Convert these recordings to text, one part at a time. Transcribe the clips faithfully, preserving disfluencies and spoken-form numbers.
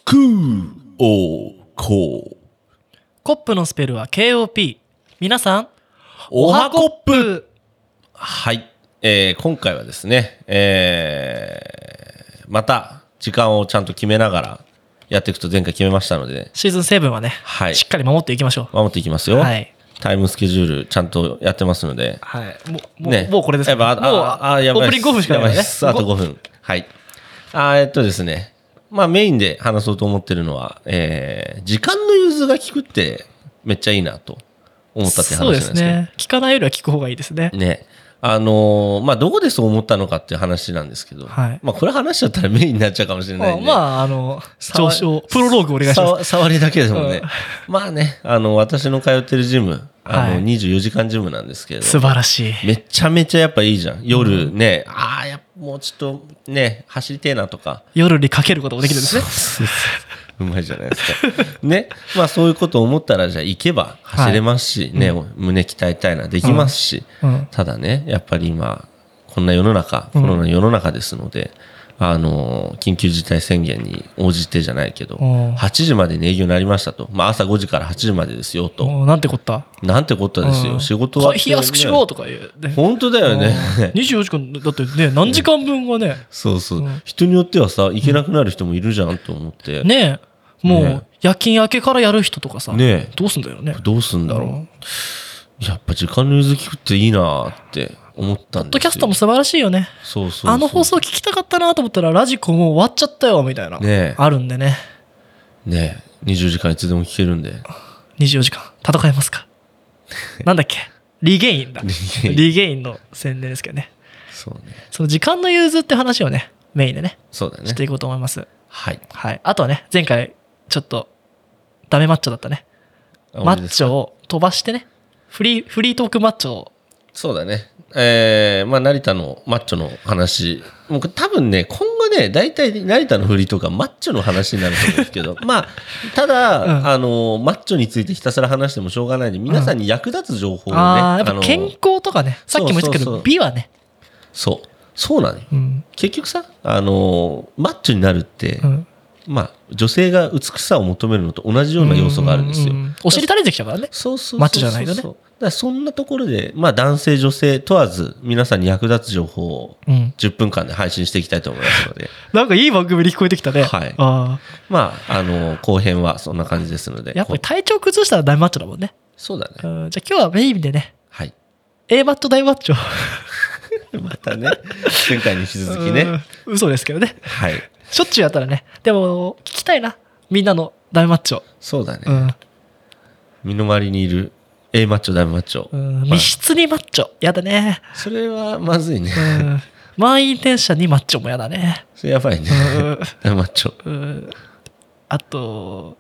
クーオーコーコップのスペルは ケーオーピー。 皆さんおはコップ。 プ。 はい、えー、今回はですね、えー、また時間をちゃんと決めながらやっていくと前回決めましたので、 シーズンセブンはね、 はい、 しっかり守っていきましょう。 守っていきますよ、 はい、 タイムスケジュールちゃんとやってますので、 はい、もう、もう、 ね、 もうこれですか、ね、 やっぱあもうああやばいオープニングごふんしかないからね。 やばいですあとごふん。はいあえっとですねまあメインで話そうと思ってるのは、えー、時間の融通が効くってめっちゃいいなと思ったって話なんですけど、 そうですね、聞かないよりは聞く方がいいですね。 ねあのー、まあどこでそう思ったのかっていう話なんですけど、 はい、 まあこれ話しちゃったらメインになっちゃうかもしれないんで、 まあ、まあ、あの上昇プロローグお願いします。 触りだけでもね、 うん、 まあねあの私の通ってるジムあのはい、 にじゅうよじかんジムなんですけれど、 素晴らしい。 めちゃめちゃやっぱいいじゃん夜ね、うん、ああやもうちょっとね走りてえなとか夜にかけることもできるんですね。 そうそうそううまいじゃないですかねまあそういうことを思ったらじゃあ行けば走れますし、はい、ね、うん、胸鍛えたいなできますし、うんうん、ただねやっぱり今こんな世の中コロナの世の中ですので、うん、あの緊急事態宣言に応じてじゃないけど、うん、はちじまでに営業になりましたと、まあ、朝ごじからはちじまでですよと、 なんてこったなんてこったですよ、うん、仕事は会費安くしろとか言う、ね、 本当だよねにじゅうよじかんだってね何時間分はね、うん、 そうそう、うん、人によってはさ行けなくなる人もいるじゃんと思って、 うん、ねえもう、ね、夜勤明けからやる人とかさ、 ね、 どうすんだよねどうすんだろう、うん、やっぱ時間の融通聞くっていいなって思ったんですよ。ポッドキャストも素晴らしいよね。 そうそうそう、 あの放送聞きたかったなと思ったらラジコもう終わっちゃったよみたいな、ね、あるんでねねえにじゅうじかんいつでも聞けるんでにじゅうよじかん戦えますかなんだっけリゲインだリゲインの宣伝ですけどね。 そうねその時間の融通って話をねメインでねそうだねしていこうと思います。 はい、 はい、あとはね前回ちょっとダメマッチョだったねマッチョを飛ばしてねフリーフリートークマッチョをそうだねえー、まあ成田のマッチョの話もう多分ね今後ね大体成田のフリーとかマッチョの話になると思うんですけどまあただ、うん、あのマッチョについてひたすら話してもしょうがないんで皆さんに役立つ情報をね、うん、 あやっぱ健康とかねさっきも言ったけどそうそうそう美はねそうそうなのよ、うん、結局さあのマッチョになるって、うんまあ、女性が美しさを求めるのと同じような要素があるんですよ。うんうんうん、 お尻垂れてきちゃうからね。 そうそうそうそう。 マッチョじゃないとね。だからそんなところで、まあ、男性女性問わず皆さんに役立つ情報をじゅっぷんかんで配信していきたいと思いますので、 うん、なんかいい番組に聞こえてきたね。 はい。 あまああの後編はそんな感じですので。 やっぱり体調崩したら大マッチョだもんね。 そうだね。 じゃあ今日はメインでね。 はい。 A マッチョ大マッチョ。 またね前回に引き続きね。 嘘ですけどね。 はい。 しょっちゅうやったらね。でも聞きたいなみんなの大マッチョ。 そうだね、 うん、 身の回りにいる A マッチョ大マッチョ、 うんまあ、密室にマッチョやだね。 それはまずいね、 うん、満員電車にマッチョもやだね。 それやばいね、うん、大マッチョ、 うん、あと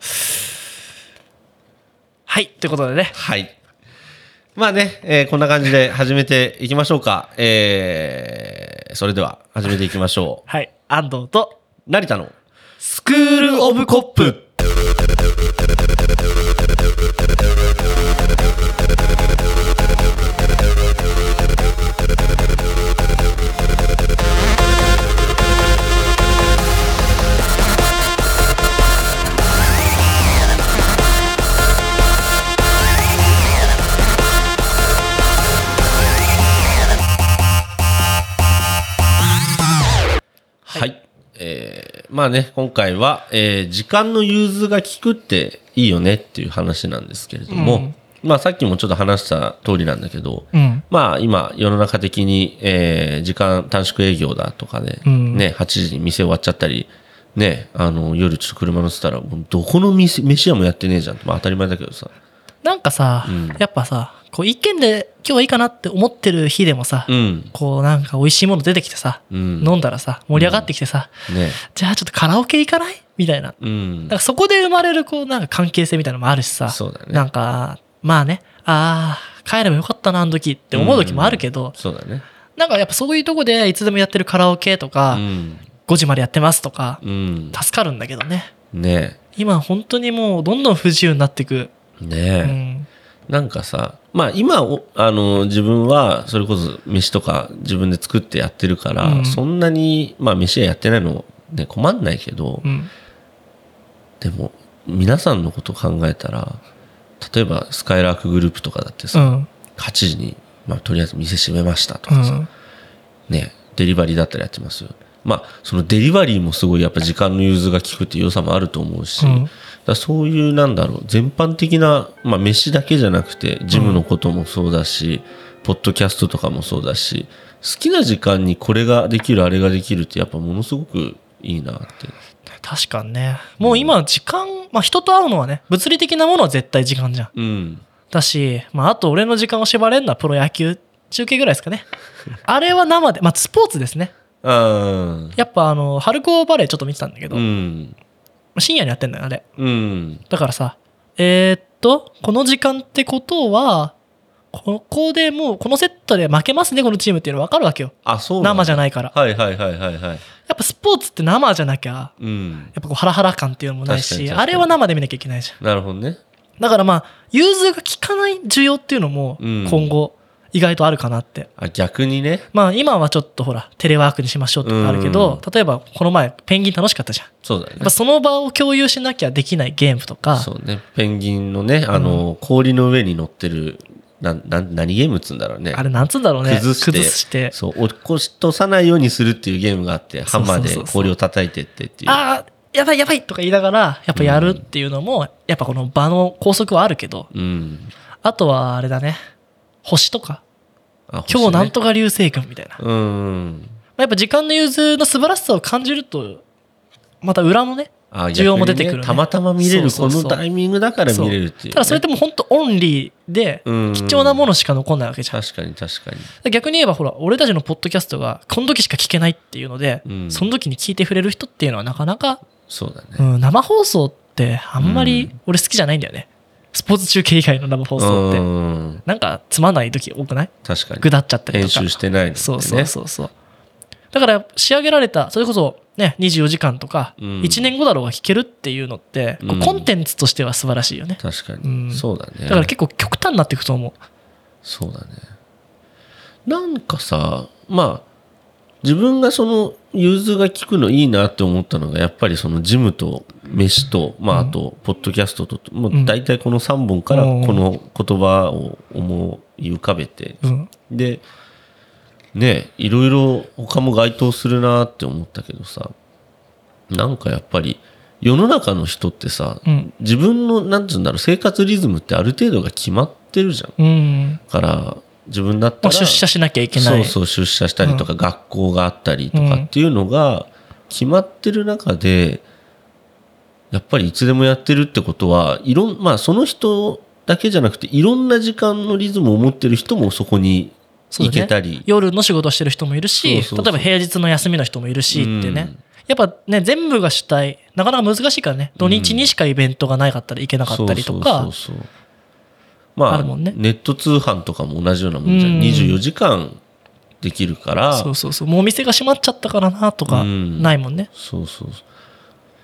はいということでねはいまあね、えー、こんな感じで始めていきましょうか、えー、それでは始めていきましょうはい安藤と成田のスクールオブコップ。 はい、えー、まあね今回は、えー、時間の融通が利くっていいよねっていう話なんですけれども、うん、まあさっきもちょっと話した通りなんだけど、うん、まあ今世の中的に、えー、時間短縮営業だとかで、うん、ねはちじに店終わっちゃったりねあの夜ちょっと車乗せたらもうどこの店飯屋もやってねえじゃんって、まあ、当たり前だけどさなんかさ、うん、やっぱさこう一軒で今日はいいかなって思ってる日でもさ、うん、こうなんか美味しいもの出てきてさ、うん、飲んだらさ盛り上がってきてさ、うんね、じゃあちょっとカラオケ行かないみたいな、うん、だからそこで生まれるこうなんか関係性みたいなのもあるしさ、 そうだね、なんかまあねあー帰ればよかったなあの時って思う時もあるけど、 うん、そうだね、 なんかやっぱそういうとこでいつでもやってるカラオケとか、うん、ごじまでやってますとか、うん、助かるんだけどね。 ね今本当にもうどんどん不自由になっていくね、うん、なんかさまあ今あの自分はそれこそ飯とか自分で作ってやってるから、うん、そんなにまあ飯屋やってないの、ね、困んないけど、うん、 でも皆さんのこと考えたら、例えばスカイラークグループとかだってさ、うん、はちじに、まあ、とりあえず店閉めましたとかさ、うん、ね、デリバリーだったらやってますよ。まあそのデリバリーもすごいやっぱ時間の融通が利くっていう良さもあると思うし、うん、だそういうなんだろう、全般的な、まあ、飯だけじゃなくてジムのこともそうだし、うん、ポッドキャストとかもそうだし、好きな時間にこれができるあれができるってやっぱものすごくいいなって。 確かにね。もう今時間、まあ人と会うのはね、物理的なものは絶対時間じゃん。うん、だし、まああと俺の時間を縛れるのはプロ野球中継ぐらいですかね。あれは生で、まあスポーツですね。あ、やっぱあの春高バレーちょっと見てたんだけど、うん、深夜にやってんだよあれ、うん、だからさ、えー、っとこの時間ってことはここでもうこのセットで負けますねこのチームっていうの分かるわけよ。 あ、そう生じゃないから。 はいはいはいはいはい。 やっぱスポーツって生じゃなきゃ、うん、やっぱこうハラハラ感っていうのもないし、あれは生で見なきゃいけないじゃん。 なるほどね。 だからまあ融通が利かない需要っていうのも今後、うん意外とあるかなって。 あ、逆にね。 まあ今はちょっとほらテレワークにしましょうとかあるけど、例えばこの前ペンギン楽しかったじゃん。 そうだね。 やっぱその場を共有しなきゃできないゲームとか。 そうね。ペンギンのね、あの、うん、氷の上に乗ってるなな何ゲームっつうんだろうね。 あれなんつうんだろうね。 崩して、 崩してそう落っことさないようにするっていうゲームがあって、ハンマーで氷を叩いてってっていう。 ああ。やばいやばいとか言いながらやっぱやるっていうのも、うん、やっぱこの場の拘束はあるけど、うん、あとはあれだね、星とか。ね、今日なんとか流星群みたいな、うん、やっぱ時間の融通の素晴らしさを感じるとまた裏のね需要も出てくる、ね、 たまたま見れるこのタイミングだから見れるっていう、ね、 ただそれってもう本当オンリーで貴重なものしか残んないわけじゃん。 確かに確かに。逆に言えばほら俺たちのポッドキャストがこの時しか聞けないっていうので、うん、その時に聞いてくれる人っていうのはなかなかそうだね、 うん、生放送ってあんまり俺好きじゃないんだよね。スポーツ中継以外の生放送ってなんかつまんない時多くない？ 確かに。 ぐだっちゃったりとか。 編集してないのでね。 そうそうそうそう。だから仕上げられたそれこそねにじゅうよじかんとかいちねんごだろうが聞けるっていうのって、うん、コンテンツとしては素晴らしいよね。 確かに、うん、そうだね。 だから結構極端になっていくと思う。 そうだね。なんかさ、まあ自分がその融通が利くのいいなって思ったのがやっぱりそのジムと飯と、まあ、あとポッドキャストと、もう大体このさんぼんからこの言葉を思い浮かべて、でね、いろいろ他も該当するなって思ったけどさ、なんかやっぱり世の中の人ってさ、自分のなんていうんだろう、生活リズムってある程度が決まってるじゃん。から自分だったら出社しなきゃいけない、 そうそう、出社したりとか、うん、学校があったりとかっていうのが決まってる中でやっぱりいつでもやってるってことはいろん、まあ、その人だけじゃなくていろんな時間のリズムを持ってる人もそこに行けたり、 ね、夜の仕事してる人もいるし、そうそうそう、例えば平日の休みの人もいるしってね、うん、やっぱね全部が主体なかなか難しいからね、土日にしかイベントがなかったら行けなかったりとか、 そうそうそうそう、まあ、あるもんね、ネット通販とかも同じようなもんじゃん、うん、にじゅうよじかんできるから、 そうそうそう、もうお店が閉まっちゃったからなとかないもんね、 うん、そうそうそう、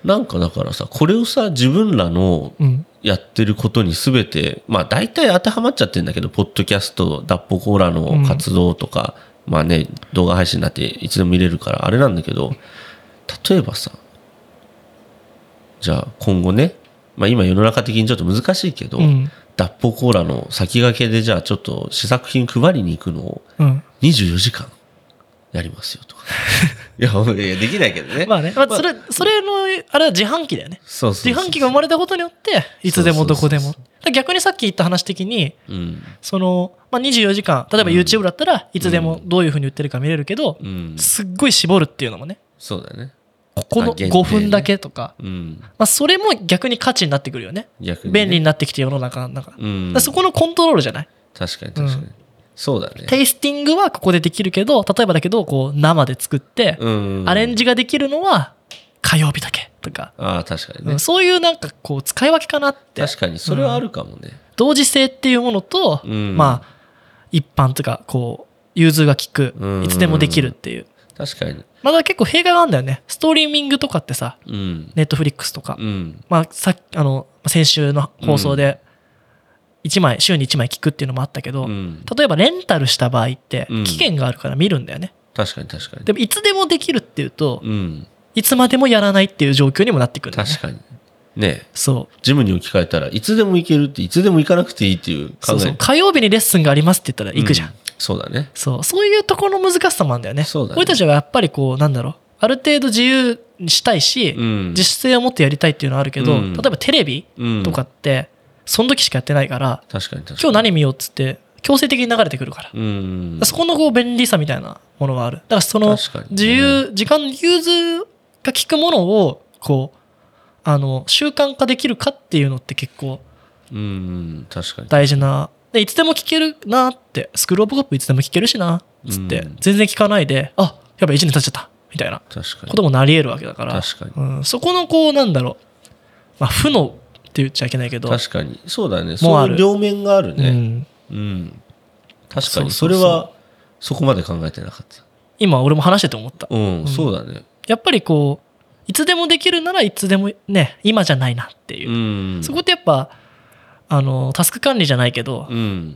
なんかだからさ、これをさ自分らのやってることに全て、まあ大体当てはまっちゃってるんだけど、ポッドキャスト、ダッポコーラの活動とか、うん、まあね、動画配信だっていつでも見れるからあれなんだけど、例えばさ、じゃあ今後ね、まあ今世の中的にちょっと難しいけど、うん、ダッポコーラの先駆けでじゃあちょっと試作品配りに行くのをにじゅうよじかんやりますよとか、いやできないけどね。 まあね、まあ、それそれのあれは自販機だよね。そうそうそうそう、自販機が生まれたことによっていつでもどこでも。逆にさっき言った話的に、うん、そのまあにじゅうよじかん、例えば YouTube だったらいつでもどういう風に売ってるか見れるけど、うん、すっごい絞るっていうのもね。 そうだね。 ここのごふんだけとか、ね、うん、まあ、それも逆に価値になってくるよね。逆にね、便利になってきて世の中の中、うん、そこのコントロールじゃない。 確かに確かに、うん、そうだね。 テイスティングはここでできるけど、例えばだけどこう生で作って、うんうん、アレンジができるのは火曜日だけとか。 ああ、確かにね、うん、 そういうなんかこう使い分けかなって。 確かにそれはあるかもね、うん、 同時性っていうものと、うん、まあ一般とかこう融通が利く、うん、いつでもできるっていう。 確かに。 まだ結構弊害があるんだよね。ストリーミングとかってさ、うん、ネットフリックスとか、うん、まあさあの先週の放送でいちまい、週にいちまい聞くっていうのもあったけど、うん、例えばレンタルした場合って期限があるから見るんだよね。 うん、確かに確かに。 でもいつでもできるっていうと、うん、いつまでもやらないっていう状況にもなってくるんだよね。 確かに。 ね、 そうジムに置き換えたらいつでも行けるっていつでも行かなくていいっていう考え。 そうそう火曜日にレッスンがありますって言ったら行くじゃん、うん、 そうだね。 そうそういうところの難しさもあるんだよね。 そうだね。 俺たちはやっぱりこうなんだろうある程度自由にしたいし、うん、自主性を持ってやりたいっていうのはあるけど、うん、例えばテレビとかってその時しかやってないから、 確かに確かに今日何見ようっつって強制的に流れてくるから、うん、そこのこう便利さみたいなものはある。だからその自由、ね、時間の融通が効くものをこうあの習慣化できるかっていうのって結構大事な。でいつでも聞けるなってスクールオブコップいつでも聞けるしなっつって全然聞かないで、あやっぱいちねん経っちゃったみたいなこともなり得るわけだから、 確かに、 うん、そこのこうなんだろう、まあ、負のって言っちゃいけないけど確かにそうだね。そういう両面があるね、うんうん、確かにそれはそこまで考えてなかった。 今俺も話してて思った、 うんうん、そうだね。 やっぱりこういつでもできるならいつでもね今じゃないなっていう、うん、そこってやっぱあのタスク管理じゃないけど、うん、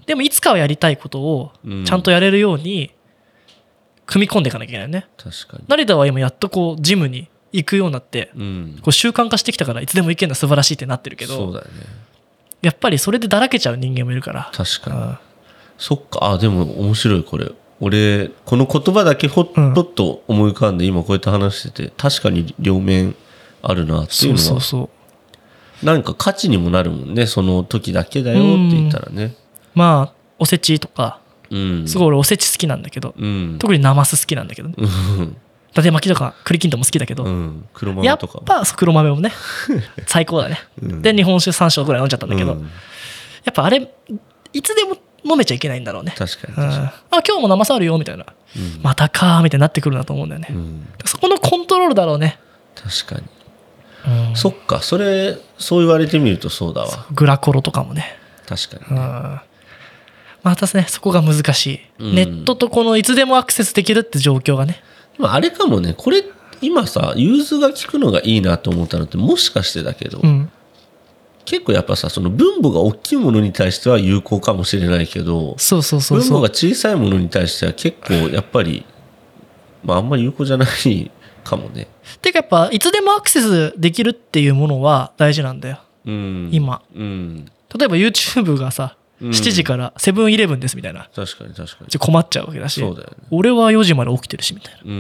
でもいつかはやりたいことをちゃんとやれるように組み込んでいかなきゃいけないよね。 確かに成田は今やっとこうジムに行くようになって、うん、こう習慣化してきたからいつでも行けるのは素晴らしいってなってるけど、 そうだよね。 やっぱりそれでだらけちゃう人間もいるから。 確かに、うん、そっか。あでも面白いこれ。俺この言葉だけほっとっと思い浮かんで、うん、今こうやって話してて確かに両面あるなっていうのは、そうそうそうなんか価値にもなるもんね。その時だけだよって言ったらね、うん、 まあおせちとか、うん、すごい俺おせち好きなんだけど、うん、特になます好きなんだけどね、うん、伊達巻きとか栗きんとんも好きだけど、うん、 黒豆とかやっぱ黒豆もね最高だね、うん、で日本酒さんしょうぐらい飲んじゃったんだけど、うん、やっぱあれいつでも飲めちゃいけないんだろうね。 確かに確かに、うん、あ今日も生さあるよみたいな、うん、またかーみたいになってくるなと思うんだよね、うん、そこのコントロールだろうね。 確かに、うん、そっか。それそう言われてみるとそうだわ。 グラコロとかもね。 確かに、ね、うんまたねそこが難しい、うん、ネットとこのいつでもアクセスできるって状況がね。 でもあれかもね、これ今さ融通が利くのがいいなと思ったのってもしかしてだけど、うん結構やっぱさその分母が大きいものに対しては有効かもしれないけど、 そうそうそうそう分母が小さいものに対しては結構やっぱりまああんまり有効じゃないかもね。 てかやっぱいつでもアクセスできるっていうものは大事なんだよ、うん、今、うん、例えば YouTube がさ、うん、しちじからセブンイレブンですみたいな。 確かに確かに困っちゃうわけだし、 そうだよね、 俺はよじまで起きてるしみたいな、うん、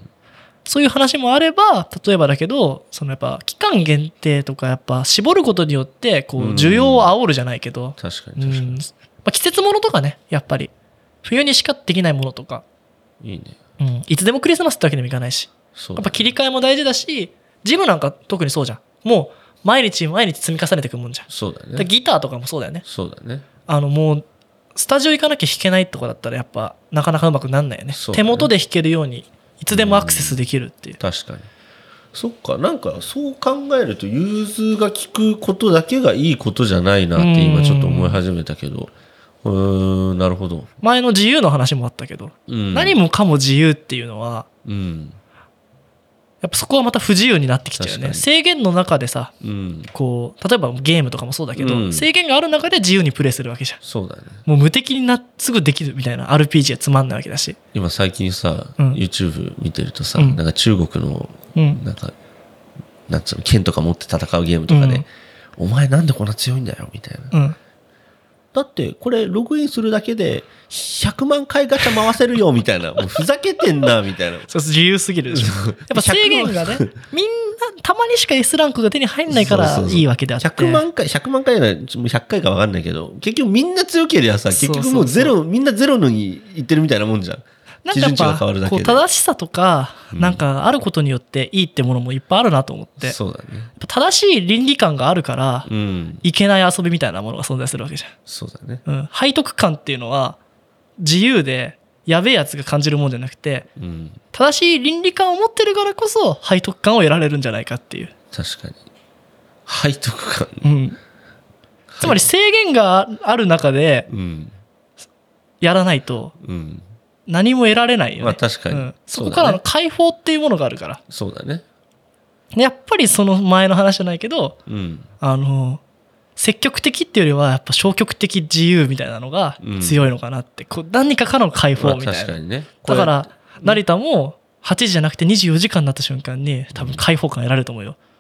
そういう話もあれば、例えばだけどそのやっぱ期間限定とかやっぱ絞ることによってこう需要を煽るじゃないけど、うん、 確かに確かに、うんまあ、季節ものとかねやっぱり冬にしかできないものとかいいね、 うん、いつでもクリスマスってわけにもいかないし、やっぱ切り替えも大事だし、ジムなんか特にそうじゃん。もう毎日毎日積み重ねていくもんじゃん。 そうだね。 ギターとかもそうだよね。 そうだね。 あのもうスタジオ行かなきゃ弾けないとかだったらやっぱなかなかうまくなんないよね。手元で弾けるようにいつでもアクセスできるっていう。 確かに。そっか。なんかそう考えると融通が利くことだけがいいことじゃないなって今ちょっと思い始めたけど、うーんなるほど。 前の自由の話もあったけど、うん、何もかも自由っていうのは、うん、やっぱそこはまた不自由になってきちゃうよね。制限の中でさ、うん、こう例えばゲームとかもそうだけど、うん、制限がある中で自由にプレイするわけじゃん。 そうだね。 もう無敵になすぐできるみたいな アールピージー はつまんないわけだし。 今最近さ、うん、YouTube 見てるとさ、うん、なんか中国の、うん、なんかなんつうの剣とか持って戦うゲームとかで、うん、お前なんでこんな強いんだよみたいな。うんだってこれログインするだけでひゃくまんかいガチャ回せるよみたいなもうふざけてんなみたいなそう自由すぎるでしょやっぱ制限がねみんなたまにしか S ランクが手に入んないからいいわけであってひゃくまんかいひゃくまんかいならひゃっかいか分かんないけど結局みんな強ければさ結局もうゼロみんなゼロのにいってるみたいなもんじゃん。 なんかやっぱこう正しさとかなんかあることによっていいってものもいっぱいあるなと思って、 そうだね、 正しい倫理観があるからいけない遊びみたいなものが存在するわけじゃん。 そうだね、 うん、背徳感っていうのは自由でやべえやつが感じるもんじゃなくて、うん、正しい倫理観を持ってるからこそ背徳感を得られるんじゃないかっていう。 確かに背徳感、 うん、つまり制限がある中でやらないと、うん何も得られないよね。 まあ確かに、うん、 そこからの解放っていうものがあるから。 そうだね。 やっぱりその前の話じゃないけど、うん、あの積極的っていうよりはやっぱ消極的自由みたいなのが強いのかなって、うん、こう何かからの解放みたいな。まあ確かにね。だから成田もはちじじゃなくてにじゅうよじかんになった瞬間に多分解放感得られると思うよ。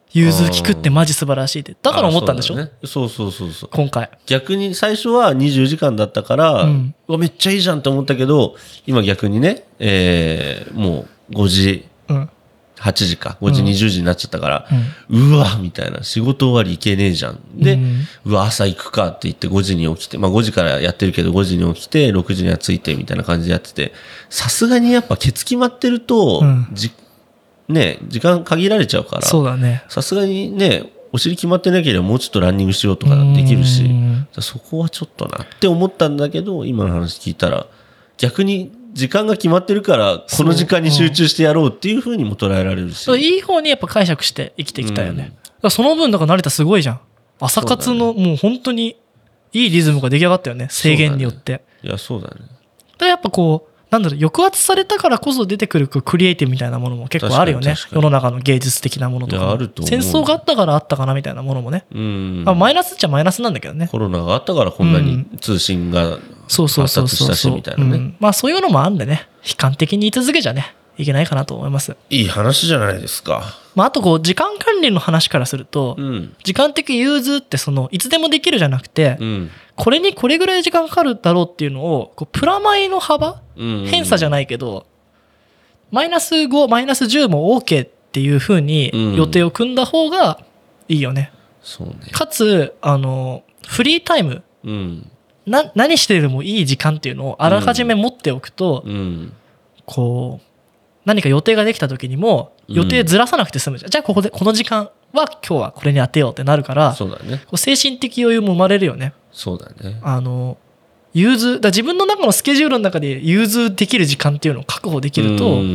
融通聞くってマジ素晴らしいって。だから思ったんでしょ？ そうだね、そうそうそうそう。 今回。 逆に最初はにじゅうじかんだったから、うん、うわめっちゃいいじゃんって思ったけど、今逆にね、えー、もうごじ、うん、はちじか、ごじにじゅうじになっちゃったから、うん、うわみたいな、仕事終わり行けねえじゃん。で、うん、うわ朝行くかって言ってごじに起きて、まあごじからやってるけどごじに起きて、ろくじには着いてみたいな感じでやってて、さすがにやっぱケツ決まってると、うんじね、時間限られちゃうから、 そうだね。 さすがにね、お尻決まってなければもうちょっとランニングしようとかできるし、そこはちょっとなって思ったんだけど、今の話聞いたら、逆に時間が決まってるから、この時間に集中してやろうっていう風にも捉えられるし。 いい方にやっぱ解釈して生きていきたいよね。うん、その分だから成田すごいじゃん。朝活のもう本当にいいリズムが出来上がったよね、制限によって。 ね、いや、そうだね。だからやっぱこう、なんだろう、抑圧されたからこそ出てくるクリエイティブみたいなものも結構あるよね。世の中の芸術的なものとか。戦争があったからあったかなみたいなものもね。うん、まあ、マイナスっちゃマイナスなんだけどね。 コロナがあったからこんなに通信が発達したしみたいなね。 まあそういうのもあるんでね、悲観的に言い続けちゃね、いけないかなと思います。 いい話じゃないですか。 まああとこう、時間管理の話からすると、うん、時間的融通ってその、いつでもできるじゃなくて、うん、これにこれぐらい時間かかるだろうっていうのを、こうプラマイの幅、うんうん、偏差じゃないけど、マイナスご、マイナスじゅうも OK っていう風に予定を組んだ方がいいよね。 うん、そうね。 かつ、あの、フリータイム、うん、な、何してでもいい時間っていうのをあらかじめ持っておくと、うん、こう、何か予定ができた時にも予定ずらさなくて済むじゃん。うん、じゃあここで、この時間は今日はこれに当てようってなるから、 そうだね。 こう精神的余裕も生まれるよね。 そうだね。 あの、融通、だ自分の中のスケジュールの中で融通できる時間っていうのを確保できると、うん、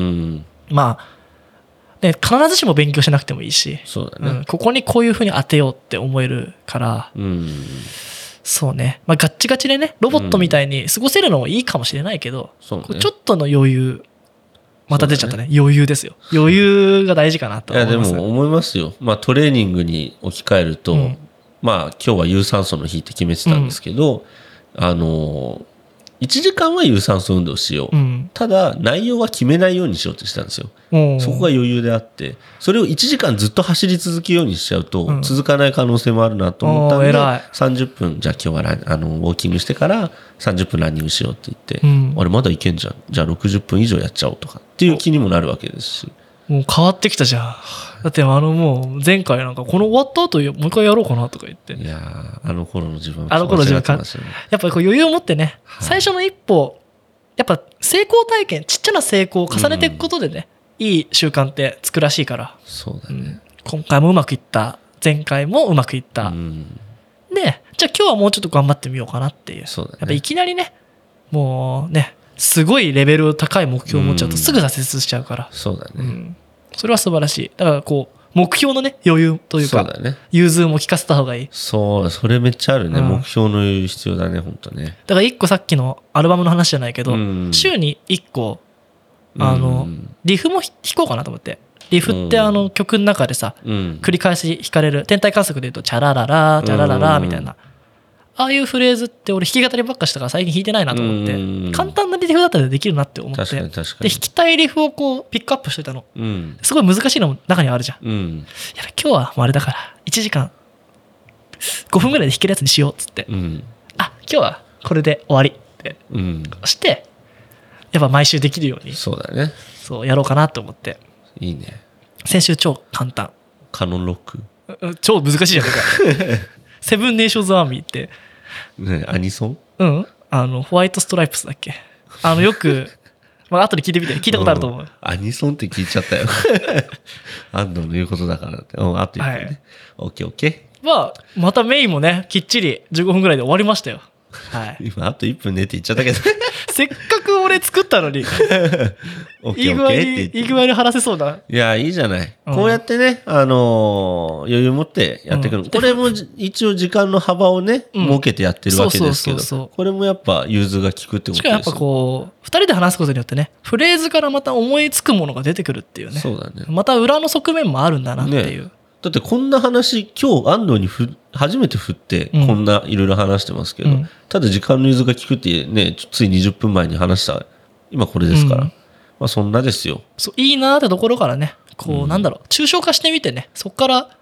まあ、ね、必ずしも勉強しなくてもいいし、 そうだね。うん、 ここにこういうふうに当てようって思えるから、うん、そうね。まあ、ガッチガチでね、ロボットみたいに過ごせるのもいいかもしれないけど、うん、ちょっとの余裕、また出ちゃったね。余裕ですよ。余裕が大事かなと思います。 いや、でも思いますよ。まあ、トレーニングに置き換えると、うん、まあ、今日は有酸素の日って決めてたんですけど、うんあのいちじかんは有酸素運動しよう、うん、ただ内容は決めないようにしようとしたんですよ、うん、そこが余裕であってそれをいちじかんずっと走り続けようにしちゃうと、うん、続かない可能性もあるなと思ったんでさんじゅっぷんじゃあ今日はランあのウォーキングしてからさんじゅっぷんランニングしようって言って、うん、あれまだいけんじゃんじゃあろくじゅっぷん以上やっちゃおうとかっていう気にもなるわけですしもう変わってきたじゃん。だってあのもう前回なんかこの終わった後もう一回やろうかなとか言って。 いやあの頃の自分はあの頃の自分かやっぱりこう余裕を持ってね、はい、最初の一歩やっぱ成功体験ちっちゃな成功を重ねていくことでね、うん、いい習慣ってつくらしいから。 そうだね、うん、 今回もうまくいった前回もうまくいった、うん、でじゃあ今日はもうちょっと頑張ってみようかなっていう。 そうだね、 やっぱいきなりねもうねすごいレベル高い目標を持っちゃうとすぐ挫折しちゃうから、 うん、そうだね、うん、 それは素晴らしい。だからこう目標のね余裕というかそうだね、 融通も聞かせた方がいい。 そうそれめっちゃあるね、うん、目標の余裕必要だね本当ね。 だからいっこさっきのアルバムの話じゃないけど、うん、週にいっこあの、うん、リフも弾こうかなと思って。リフってあの曲の中でさ、うん、繰り返し弾かれる天体観測で言うとチャラララチャラララみたいな、ああいうフレーズって俺弾き語りばっかしたから最近弾いてないなと思って簡単なリフだったらできるなって思って確かに確かにで弾きたいリフをこうピックアップしておいたの、うん、すごい難しいのも中にはあるじゃん、うん、やべ今日はもうあれだからいちじかんごふんぐらいで弾けるやつにしようっつって、うん、あ今日はこれで終わりってしてやっぱ毎週できるようにそうだねそうやろうかなと思っていいね。 先週超簡単カノンロック超難しいじゃんセブンネーションズアーミーってねアニソンうんあのホワイトストライプスだっけあのよくまあ後で聞いてみて聞いたことあると思う、うん、 アニソンって聞いちゃったよ安藤の言うことだからってうんあと言ってね、はい、オッケーオッケーまあまたメインもねきっちりじゅうごふんぐらいで終わりましたよ。はい、 今あといっぷんねって言っちゃったけどせっかく俺作ったのにいい具合にいい具合に話せそうだ。 いやいいじゃない、うん、こうやってね、あのー、余裕持ってやっていくの、うん、これも一応時間の幅をね、うん、設けてやってるわけですけどこれもやっぱ融通が利くってことですよ。しかもやっぱこうふたりで話すことによってねフレーズからまた思いつくものが出てくるっていうね。 そうだねまた裏の側面もあるんだなっていう、ね、だってこんな話今日安藤にふ初めて振ってこんないろいろ話してますけど、うん、ただ時間の融通が利くってねついにじゅっぷんまえに話した今これですから、うん、まあそんなですよ。 そういいなーってところからねこう、うん、なんだろう抽象化してみてねそこから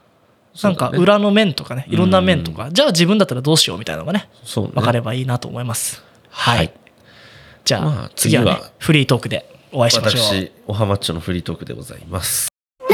なんか裏の面とかね、いろんな面とか、じゃあ自分だったらどうしようみたいなのがね、分かればいいなと思います。はい。はい、じゃあ、まあ、次はね、フリートークでお会いしましょう。 私、おはマッチョのフリートークでございます。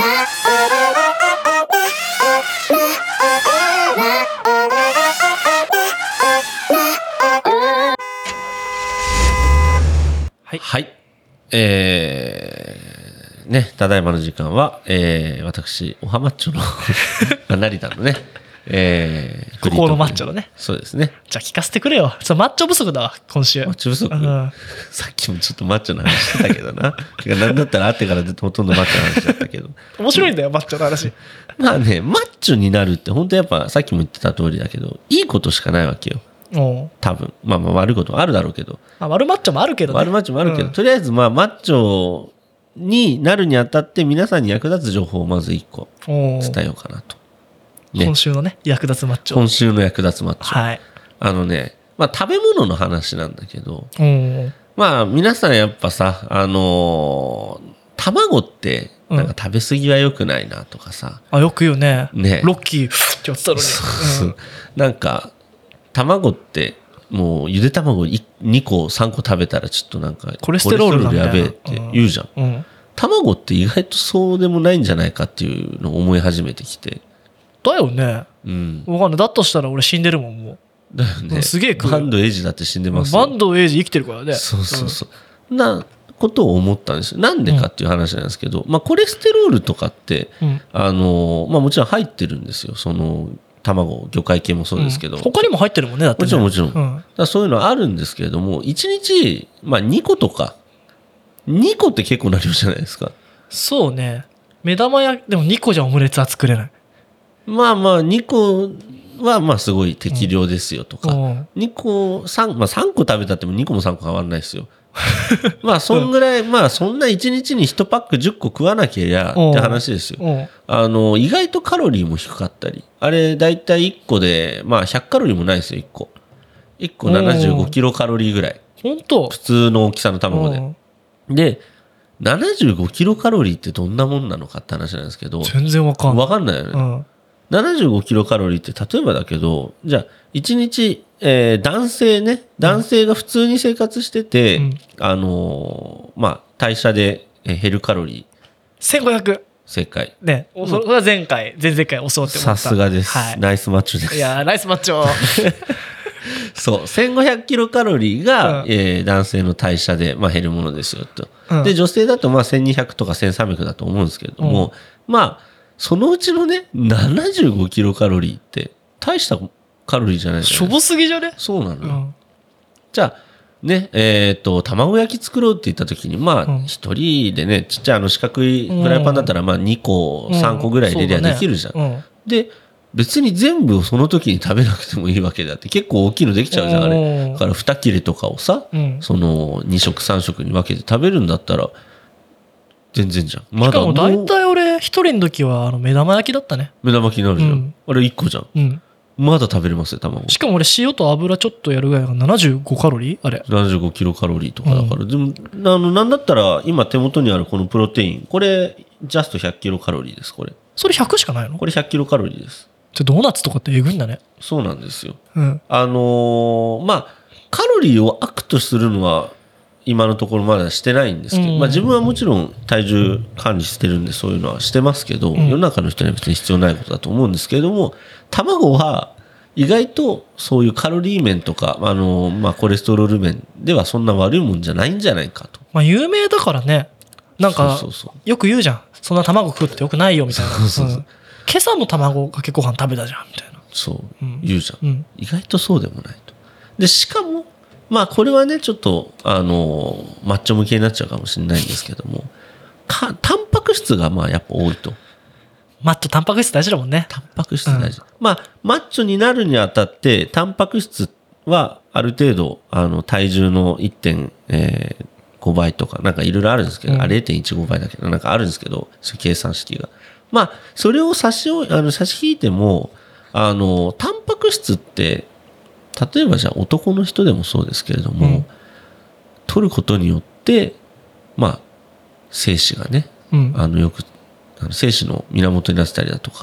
はい。はい。えー、ね、ただいまの時間は、えー、私、おはマッチョの成田のね、えー、ここのマッチョのね。 そうですね。 じゃあ聞かせてくれよ。そう、マッチョ不足だわ、今週。 マッチョ不足、うん、さっきもちょっとマッチョの話してたけどな。なんだったら会ってからほとんどマッチョの話だったけど。 面白いんだよ、マッチョの話。 まあね、マッチョになるって本当やっぱさっきも言ってた通りだけど、いいことしかないわけよ。多分。まあまあ悪いこともあるだろうけど。 まあ、悪マッチョもあるけどね。 悪マッチョもあるけど、うん、とりあえずまあマッチョになるにあたって皆さんに役立つ情報をまず一個伝えようかなと。 ね、今週のね、役立つマッチョ。 今週の役立つマッチョ。 はい。 あのね、まあ食べ物の話なんだけど、まあ皆さんやっぱさ、あのー、卵ってなんか食べ過ぎは良くないなとかさ。 うん、あ、よく言うね。 ね。 ロッキーってやってたのに。 そう、うん、なんか、卵ってもうゆで卵にこさんこ食べたらちょっとなんかコレステロールやべえって言うじゃん、うんうん、卵って意外とそうでもないんじゃないかっていうのを思い始めてきて。 だよね、うん、分かんない。だとしたら俺死んでるもんもう。 だよね。 すげえバンドエイジだって死んでますよ。 バンドエイジ生きてるからね。 そうそうそう、うん、なことを思ったんですよ。なんでかっていう話なんですけど、うん、まあコレステロールとかって、うん、あのまあもちろん入ってるんですよ。その卵、魚介系もそうですけど、うん、 他にも入ってるもんね。だってね、 もちろんもちろん、うん、だからそういうのあるんですけれども、いちにち、まあ、にことかにこって結構な量じゃないですか。そうね。 目玉焼きでもにこじゃオムレツは作れない。 まあまあにこはまあすごい適量ですよとか、うん、にこさん、まあ、さんこ食べたってもにこもさんこ変わらないですよ。まあそんぐらい、まあそんないちにちにいちパックじゅっこ食わなきゃやって話ですよ。あの意外とカロリーも低かったり、あれだいたいいっこでまあひゃくカロリーもないですよ。いっこいっこななじゅうごキロカロリーぐらい。 本当？ 普通の大きさの卵で。でななじゅうごキロカロリーってどんなもんなのかって話なんですけど、 全然わかんない。 わかんないよね。うん、ななじゅうごキロカロリーって例えばだけど、じゃあいちにち、えー、男性ね、男性が普通に生活してて、うん、あのー、まあ代謝で減るカロリーせんごひゃく。 正解ね、うん、それは前回前々回教わってもらった。 さすがです、はい、ナイスマッチョです。 いやナイスマッチョそうせんごひゃくキロカロリーが、うんえー、男性の代謝で、まあ、減るものですよと、うん、で女性だとまあせんにひゃくとかせんさんびゃくだと思うんですけれども、うん、まあそのうちのねななじゅうごキロカロリーって大したカロリーじゃないじゃないですか。 しょぼすぎじゃね。 そうなのよ、うん、じゃあねえっ、ー、と卵焼き作ろうって言った時にまあ一人でねちっちゃいあの四角いフライパンだったらまあにこさんこぐらい入れりゃできるじゃん、うんうんねうん、で別に全部をその時に食べなくてもいいわけであって、結構大きいのできちゃうじゃんあれ。だからに切れとかをさ、うん、そのに食さん食に分けて食べるんだったら全然じゃん。 まだしかも大体俺一人の時はあの目玉焼きだったね。 目玉焼きになるじゃん、うん、あれいっこじゃん、うん、まだ食べれますよ卵。 しかも俺塩と油ちょっとやるぐらいがななじゅうごカロリーあれななじゅうごキロカロリーとかだから、うん、でもあのなんだったら今手元にあるこのプロテインこれジャストひゃくキロカロリーです。これそれひゃくしかないの？ これひゃくキロカロリーです。 ドーナツとかってえぐいんだね。 そうなんですよ、うん、あのー、まあカロリーを悪とするのは今のところまだしてないんですけど、うんまあ、自分はもちろん体重管理してるんでそういうのはしてますけど、うん、世の中の人には別に必要ないことだと思うんですけれども、卵は意外とそういうカロリー面とか、あのーまあ、コレステロール面ではそんな悪いもんじゃないんじゃないかと。 まあ有名だからね。なんかよく言うじゃん、そんな卵食ってよくないよみたいな。そうそうそう、うん、今朝も卵かけご飯食べたじゃんみたいな。 そう、うん、言うじゃん、うん、意外とそうでもないと。でしかもまあこれはねちょっとあのマッチョ向けになっちゃうかもしれないんですけども、かタンパク質がまあやっぱ多いと。 マッチョタンパク質大事だもんね。 タンパク質大事、うん、まあマッチョになるにあたってタンパク質はある程度あの体重の いってんごばいとかなんかいろいろあるんですけど、うん、あ れいてんいちごばいだけどなんかあるんですけど、そういう計算式がまあそれを差しをあの差し引いてもあのタンパク質って例えばじゃあ男の人でもそうですけれども、うん、取ることによってまあ精子がね、うん、あのよくあの精子の源になってたりだとか、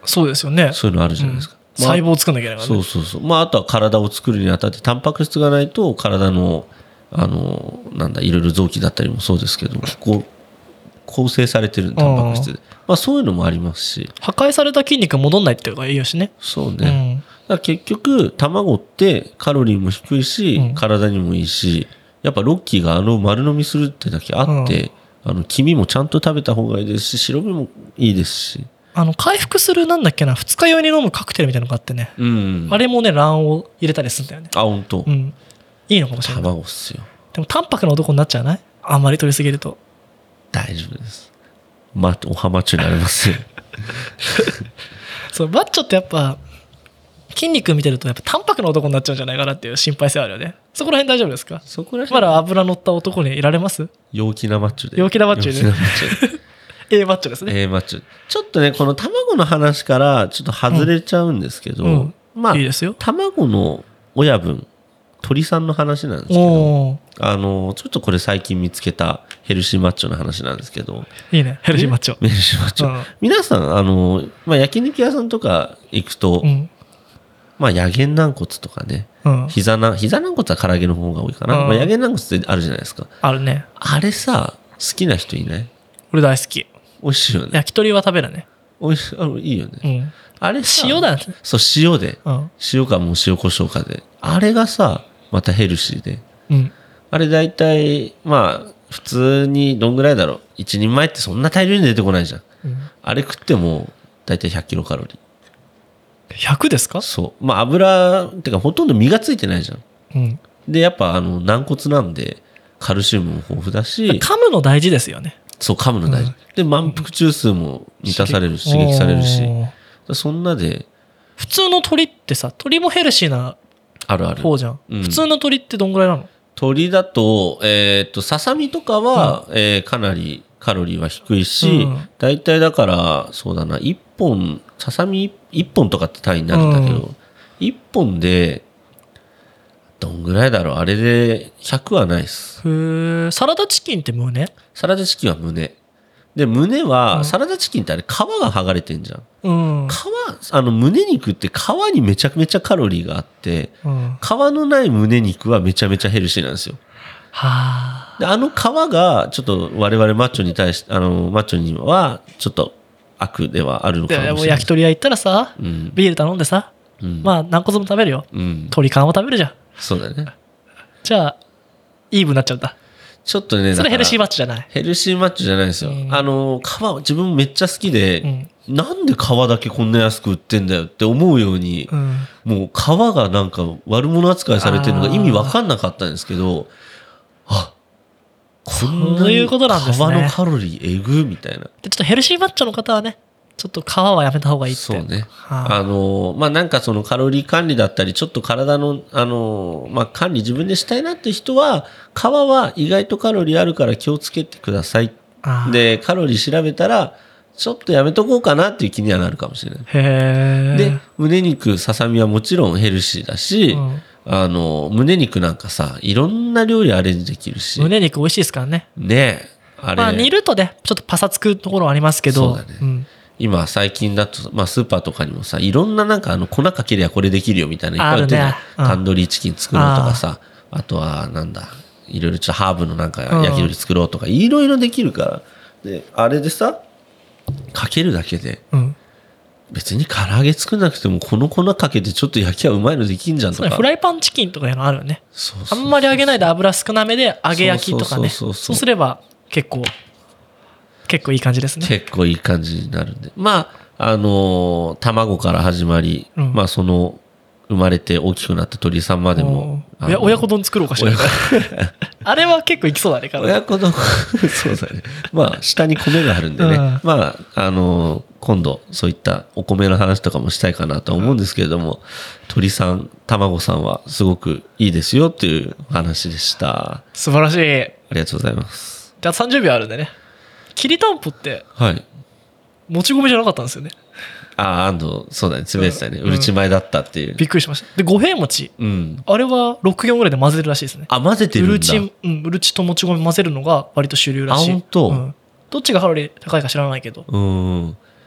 そうですよね。 そういうのあるじゃないですか。 うん、細胞を作んなきゃいけないからね。そうそうそう。まああとは体を作るにあたってタンパク質がないと体のあのなんだいろいろ臓器だったりもそうですけど、こう構成されてるタンパク質で、まあそういうのもありますし。 破壊された筋肉が戻んないっていうのがいいよしね。 そうね。うん、だから結局卵ってカロリーも低いし、うん、体にもいいし、やっぱロッキーがあの丸飲みするってだけあって、うん、あの黄身もちゃんと食べた方がいいですし、白身もいいですし。 あの回復するなんだっけな、二日酔いに飲むカクテルみたいなのがあってね、うん、あれもね卵黄入れたりするんだよね。 あ、本当。 うん、いいのかもしれない。 卵っすよ。 でも淡白な男になっちゃわない？あんまり取りすぎると。 大丈夫です。ま、おはマッチョになりますよ。 そう、マッチョってやっぱ筋肉見てるとやっぱ淡白な男になっちゃうんじゃないかなっていう心配性あるよね。そこら辺大丈夫ですか？ そこら辺まだ油乗った男にいられます？ 陽気なマッチョで。 陽気なマッチョで。A マッチョですね。 A マッチョ。ちょっとね、この卵の話からちょっと外れちゃうんですけど、うんうん、まあ、 いいですよ。 卵の親分、鳥さんの話なんですけど、あの、ちょっとこれ最近見つけたヘルシーマッチョの話なんですけど。 いいね、ヘルシーマッチョ。 ヘルシーマッチョ。うん、皆さん、あの、まあ、焼肉屋さんとか行くと、うん、まあ、野源軟骨とかね、うん、膝な、膝軟骨は唐揚げの方が多いかな。うん、まあ、野源軟骨ってあるじゃないですか。 あるね。 あれさ、好きな人いない？ 俺大好き。 美味しいよね。 焼き鳥は食べるね。 美味しい、あのいいよね。 うん、あれさ、 塩だね。 そう、塩で、うん。塩かもう塩コショウかで。あれがさ、またヘルシーで。うん、あれ大体、まあ、普通にどんぐらいだろう。一人前ってそんな大量に出てこないじゃん。うん、あれ食っても大体ひゃくキロカロリー。 ひゃくですか？ そう。まあ油、ってかほとんど身がついてないじゃん。うん、で、やっぱあの軟骨なんで、カルシウムも豊富だし。 噛むの大事ですよね。 そう、噛むの大事。うん、で、満腹中枢も満たされるし、刺激されるし。そんなで。 普通の鶏ってさ、鶏もヘルシーな方じゃん。あるある。うん、普通の鶏ってどんぐらいなの？ 鶏だと、えっと、ささみとかは、うん、えー、かなりカロリーは低いし、うん、大体だから、そうだな、いっぽん、ささみいっぽんとかって単位になるんだけど、うん、いっぽんで、どんぐらいだろう、あれでひゃくはないっす。 へえ。サラダチキンって胸？ サラダチキンは胸。で、胸は、うん、サラダチキンってあれ皮が剥がれてんじゃん。うん、皮、あの胸肉って皮にめちゃめちゃカロリーがあって、うん、皮のない胸肉はめちゃめちゃヘルシーなんですよ。はあ。で、あの皮がちょっと我々マッチョに対して、あの、マッチョにはちょっと悪ではあるのかもしれない。 でも焼き鳥屋行ったらさ、うん、ビール頼んでさ、うん、まあ軟骨も食べるよ。うん、鶏皮も食べるじゃん。 そうだね。 じゃあ、イーブになっちゃうんだ。 ちょっとね、 それヘルシーマッチじゃない。 ヘルシーマッチじゃないですよ。うん、あの、皮、自分めっちゃ好きで、うん、なんで皮だけこんな安く売ってんだよって思うように、うん、もう皮がなんか悪者扱いされてるのが意味わかんなかったんですけど、あ、こんなに皮のカロリーえぐみたいな。 で、ちょっとヘルシーマッチョの方はね、ちょっと皮はやめた方がいいって。 そうね。はあ、あの、まあ、なんかそのカロリー管理だったり、ちょっと体の、あの、まあ、管理自分でしたいなって人は、皮は意外とカロリーあるから気をつけてください。で、カロリー調べたら、ちょっとやめとこうかなっていう気にはなるかもしれない。へー。で、胸肉、ささみはもちろんヘルシーだし、うん、あの、胸肉なんかさ、いろんな料理アレンジできるし。 胸肉美味しいですからね。 ねえ。あれ。 まあ、煮るとね、ちょっとパサつくところはありますけど。 そうだね。うん、今最近だと、まあ、スーパーとかにもさ、いろんななんかあの粉かけりゃこれできるよみたいないっぱい売ってる、ね、うん、タンドリーチキン作ろうとかさ、 あ, あとはなんだいろいろちょっとハーブのなんか焼き鳥作ろうとかいろいろできるから、であれでさかけるだけで、うん、別に唐揚げ作んなくてもこの粉かけてちょっと焼きはうまいのできんじゃんとか、 フライパンチキンとかいうのあるよね。そうそうそうそう、あんまり揚げないで油少なめで揚げ焼きとかね、そうすれば結構結構いい感じですね。 結構いい感じになるんで、まああのー、卵から始まり、うん、まあその生まれて大きくなった鳥さんまでも、 いや親子丼作ろうかしらあれは結構いきそうだね。 親子丼そうだね。まあ下に米があるんでね、うん、まああのー、今度そういったお米の話とかもしたいかなとは思うんですけれども、鳥さん卵さんはすごくいいですよっていう話でした。 素晴らしい。 ありがとうございます。 じゃあさんじゅうびょうあるんでね。きりたんぽってもち米じゃなかったんですよね。 ああ、安藤、そうだね、つぶやいてたね、うん、うるち米だったっていう。 びっくりしました。で五平餅、うん、あれはろくじゅうよんぐらいで混ぜるらしいですね。 あ、混ぜてるんだ。 うるち、うん、うるちともち米混ぜるのが割と主流らしい。 あ、本当。 うん、どっちがカロリー高いか知らないけど。 うん。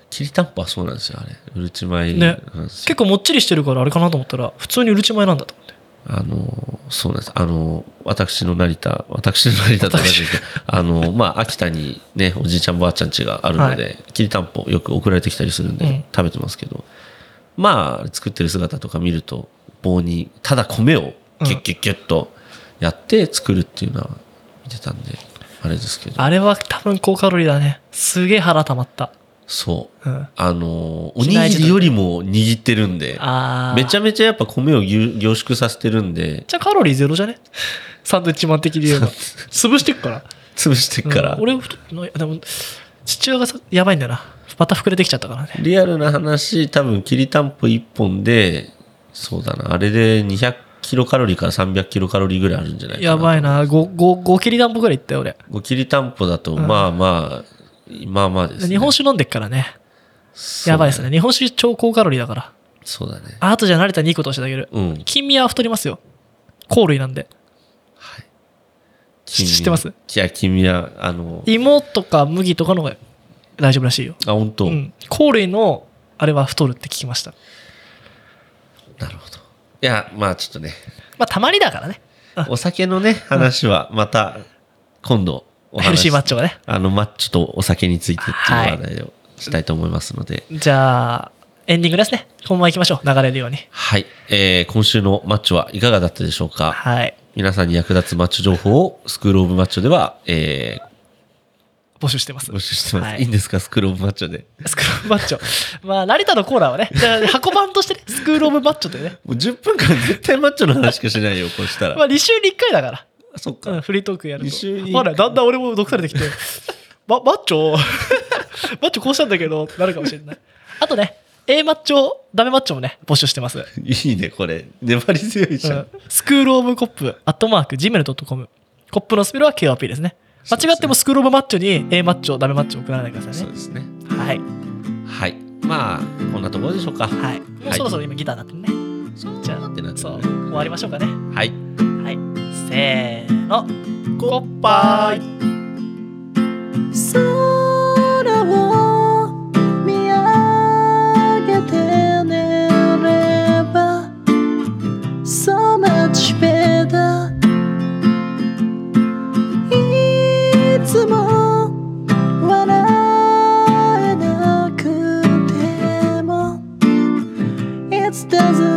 きりたんぽはそうなんですよ、あれうるち米ね、結構もっちりしてるからあれかなと思ったら普通にうるち米なんだと思って。 あのそうなんです。あの私の成田私の成田とかですけどあのまあ秋田にねおじいちゃんばあちゃん家があるので、はい、きりたんぽよく送られてきたりするんで、うん、食べてますけど、まあ作ってる姿とか見ると棒にただ米をキュッキュッキュッとやって作るっていうのは見てたんで、あれですけど、 あれは多分高カロリーだね。すげえ腹たまった。 そう、うん、あのおにぎりよりも握ってるんで、めちゃめちゃやっぱ米を凝縮させてるんで、 じゃあカロリーゼロじゃねサンドイッチマン的に言えば潰してっから潰してっから、 うん、俺太ってない。でも父親がやばいんだよな、また膨れてきちゃったからね。 リアルな話、多分きりたんぽいっぽんでそうだな、あれでにひゃくキロカロリーからさんびゃくキロカロリーぐらいあるんじゃないかな。 やばいな。 5, 5, 5きりたんぽぐらいいったよ俺。 ごきりたんぽだと、うん、まあまあまあまあですね。 日本酒飲んでっからね。やばいですね。日本酒超高カロリーだから。 そうだね。 あとじゃあ慣れたにいいこと教えてあげる。うん。金味は太りますよ。香類なんで。はい。知ってます？ いや、金味はあの芋とか麦とかの方が大丈夫らしいよ。 あ、本当。 うん。香類のあれは太るって聞きました。 なるほど。いや、まあちょっとね。 まあたまにだからね。 お酒のね話はまた今度お話。 ヘルシーマッチョがね。 あのマッチとお酒についてっていう話題をしたいと思いますので。 はい、じゃあエンディングですね。このまま行きましょう。流れるように。 はい、えー。今週のマッチョはいかがだったでしょうか。 はい。 皆さんに役立つマッチョ情報をスクールオブマッチョでは、えー、募集してます。 募集してます。はい、いいんですか、スクールオブマッチョで。 スクールオブマッチョ。まあ、成田のコーナーはね、じゃあ箱版としてね、スクールオブマッチョでね。 もうじゅっぷんかん絶対マッチョの話しかしないよ、こうしたら。 まあ、に週にいっかいだから。 あ、そっか、 うん。フリートークやると。 に週に。 まあね、だんだん俺も毒されてきて、ま、マッチョマッチョこうしたんだけど、なるかもしれない。あとね、A マッチョ、ダメマッチョもね、募集してます。 いいね、これ。粘り強いじゃん。うん、 スクールオブコップ、アットマーク、ジーメールドットコム。コップのスペルは ケーオーピー ですね。間違ってもスクールオブマッチョに A マッチョ、ダメマッチョ送らないでくださいね。 そうですね。 はい。 はい。まあ、こんなところでしょうか。 はい。もうそろそろ今ギターになってるね。はい、じゃあ、ってなって、ね、そう、終わりましょうかね。 はい。 はい。せーの。コッパーイ。空を見上げて寝れば So much better いつも笑えなくても It doesn't